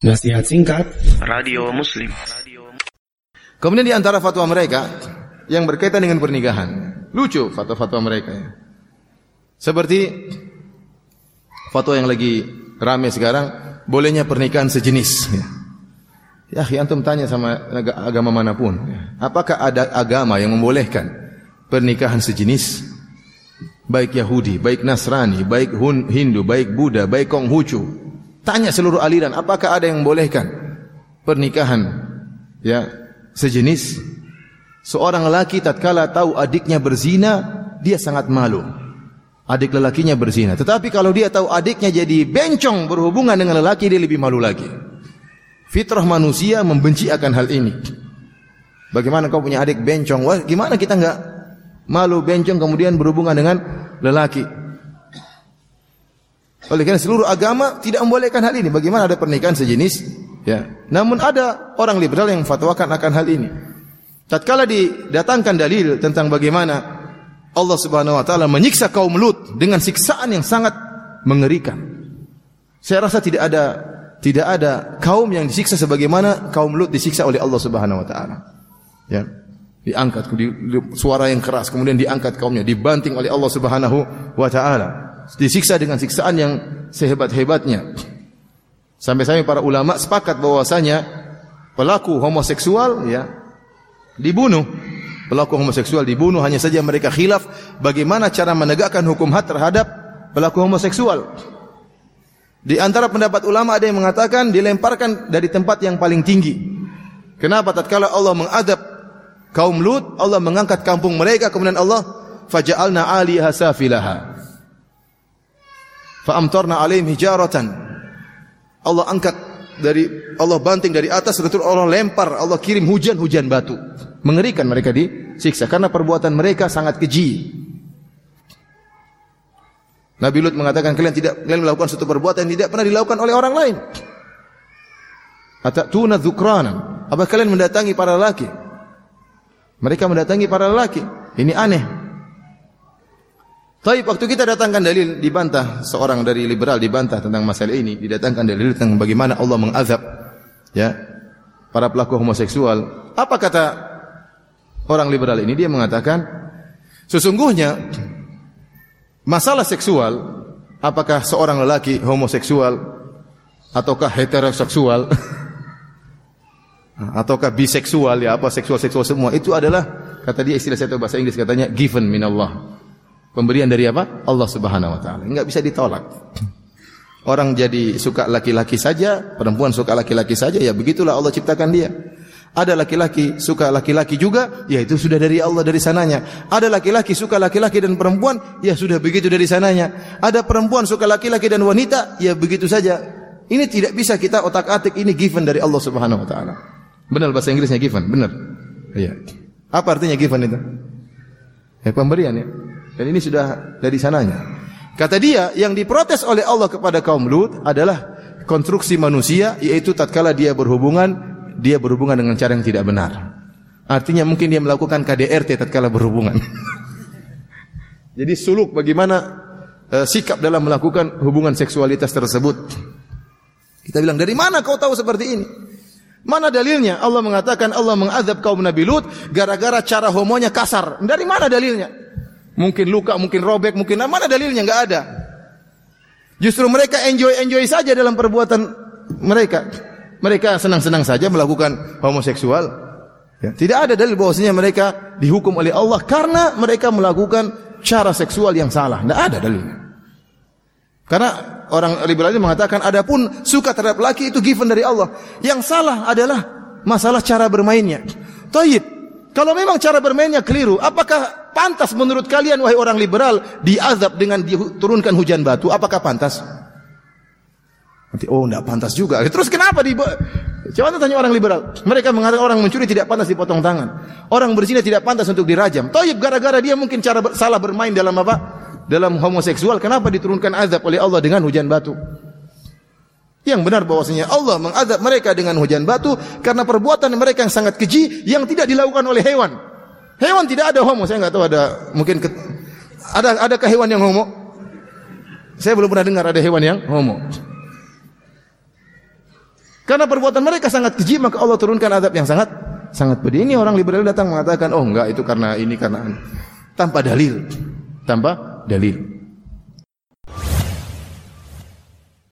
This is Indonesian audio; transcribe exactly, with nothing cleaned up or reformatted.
Nasihat singkat Radio Muslim. Kemudian di antara fatwa mereka yang berkaitan dengan pernikahan, lucu fatwa-fatwa mereka ya. Seperti fatwa yang lagi ramai sekarang, bolehnya pernikahan sejenis ya. Ya, antum tanya sama agama manapun, apakah ada agama yang membolehkan pernikahan sejenis? Baik Yahudi, baik Nasrani, baik Hindu, baik Buddha, baik Konghucu. Tanya seluruh aliran, apakah ada yang membolehkan pernikahan ya sejenis? Seorang lelaki tatkala tahu adiknya berzina, dia sangat malu. Adik lelakinya berzina. Tetapi kalau dia tahu adiknya jadi bencong berhubungan dengan lelaki, dia lebih malu lagi. Fitrah manusia membenci akan hal ini. Bagaimana kau punya adik bencong? Wah, gimana kita enggak malu bencong kemudian berhubungan dengan lelaki? Oleh karena seluruh agama tidak membolehkan hal ini. Bagaimana ada pernikahan sejenis? Ya. Namun ada orang liberal yang fatwakan akan hal ini. Tatkala didatangkan dalil tentang bagaimana Allah Subhanahu wa taala menyiksa kaum Lut dengan siksaan yang sangat mengerikan. Saya rasa tidak ada tidak ada kaum yang disiksa sebagaimana kaum Lut disiksa oleh Allah Subhanahu wa taala. Ya. Diangkat di, di, suara yang keras, kemudian diangkat kaumnya, dibanting oleh Allah Subhanahu wa taala. Disiksa dengan siksaan yang sehebat-hebatnya. Sampai-sampai para ulama sepakat bahwasanya pelaku homoseksual ya dibunuh. Pelaku homoseksual dibunuh, hanya saja mereka khilaf bagaimana cara menegakkan hukum had terhadap pelaku homoseksual. Di antara pendapat ulama ada yang mengatakan dilemparkan dari tempat yang paling tinggi. Kenapa? Tatkala Allah mengadab kaum Lut, Allah mengangkat kampung mereka, kemudian Allah faja'alna 'aliyaha safilaha fa amtarna 'alaihim hijaratan. Allah angkat dari Allah banting dari atas, betul Allah lempar, Allah kirim hujan-hujan batu. Mengerikan mereka disiksa karena perbuatan mereka sangat keji. Nabi Lut mengatakan, kalian tidak kalian melakukan suatu perbuatan yang tidak pernah dilakukan oleh orang lain. Atatuna dzukranan. Apa kalian mendatangi para lelaki? Mereka mendatangi para lelaki. Ini aneh. Tapi waktu kita datangkan dalil, dibantah seorang dari liberal, dibantah tentang masalah ini, didatangkan dalil tentang bagaimana Allah mengazab ya para pelaku homoseksual. Apa kata orang liberal ini? Dia mengatakan sesungguhnya masalah seksual, apakah seorang lelaki homoseksual ataukah heteroseksual ataukah biseksual, ya apa seksual-seksual semua, itu adalah, kata dia, istilah saya tahu bahasa Inggris, katanya given minallah. Pemberian dari apa? Allah Subhanahu wa taala. Enggak bisa ditolak. Orang jadi suka laki-laki saja, perempuan suka laki-laki saja, ya begitulah Allah ciptakan dia. Ada laki-laki suka laki-laki juga, ya itu sudah dari Allah, dari sananya. Ada laki-laki suka laki-laki dan perempuan, ya sudah begitu dari sananya. Ada perempuan suka laki-laki dan wanita, ya begitu saja. Ini tidak bisa kita otak-atik, ini given dari Allah Subhanahu wa taala. Benar bahasa Inggrisnya given, benar. Iya. Apa artinya given itu? Ya pemberian ya. Dan ini sudah dari sananya. Kata dia, yang diprotes oleh Allah kepada kaum Lut adalah konstruksi manusia, yaitu tatkala dia berhubungan, dia berhubungan dengan cara yang tidak benar. Artinya mungkin dia melakukan K D R T tatkala berhubungan. Jadi suluk bagaimana uh, sikap dalam melakukan hubungan seksualitas tersebut. Kita bilang, dari mana kau tahu seperti ini? Mana dalilnya? Allah mengatakan Allah mengazab kaum Nabi Lut gara-gara cara homonya kasar. Dari mana dalilnya? Mungkin luka, mungkin robek, mungkin mana dalilnya? Enggak ada. Justru mereka enjoy-enjoy saja dalam perbuatan mereka. Mereka senang-senang saja melakukan homoseksual. Ya. Tidak ada dalil bahwasanya mereka dihukum oleh Allah karena mereka melakukan cara seksual yang salah. Tidak ada dalilnya. Karena orang liberal ini mengatakan adapun suka terhadap laki itu given dari Allah. Yang salah adalah masalah cara bermainnya. Taib. Kalau memang cara bermainnya keliru, apakah pantas menurut kalian wahai orang liberal diazab dengan diturunkan hujan batu? Apakah pantas? Nanti, oh enggak pantas juga. Terus kenapa di coba tanya orang liberal. Mereka mengatakan orang mencuri tidak pantas dipotong tangan. Orang berzina tidak pantas untuk dirajam. Taib, gara-gara dia mungkin cara ber, salah bermain dalam apa? Dalam homoseksual, kenapa diturunkan azab oleh Allah dengan hujan batu? Yang benar bahwasanya Allah mengazab mereka dengan hujan batu karena perbuatan mereka yang sangat keji yang tidak dilakukan oleh hewan. Hewan tidak ada homo, saya enggak tahu ada mungkin ke, ada adakah hewan yang homo? Saya belum pernah dengar ada hewan yang homo. Karena perbuatan mereka sangat keji, maka Allah turunkan azab yang sangat sangat pedih. Ini orang liberal datang mengatakan, oh enggak, itu karena ini, karena tanpa dalil. Tanpa dalil.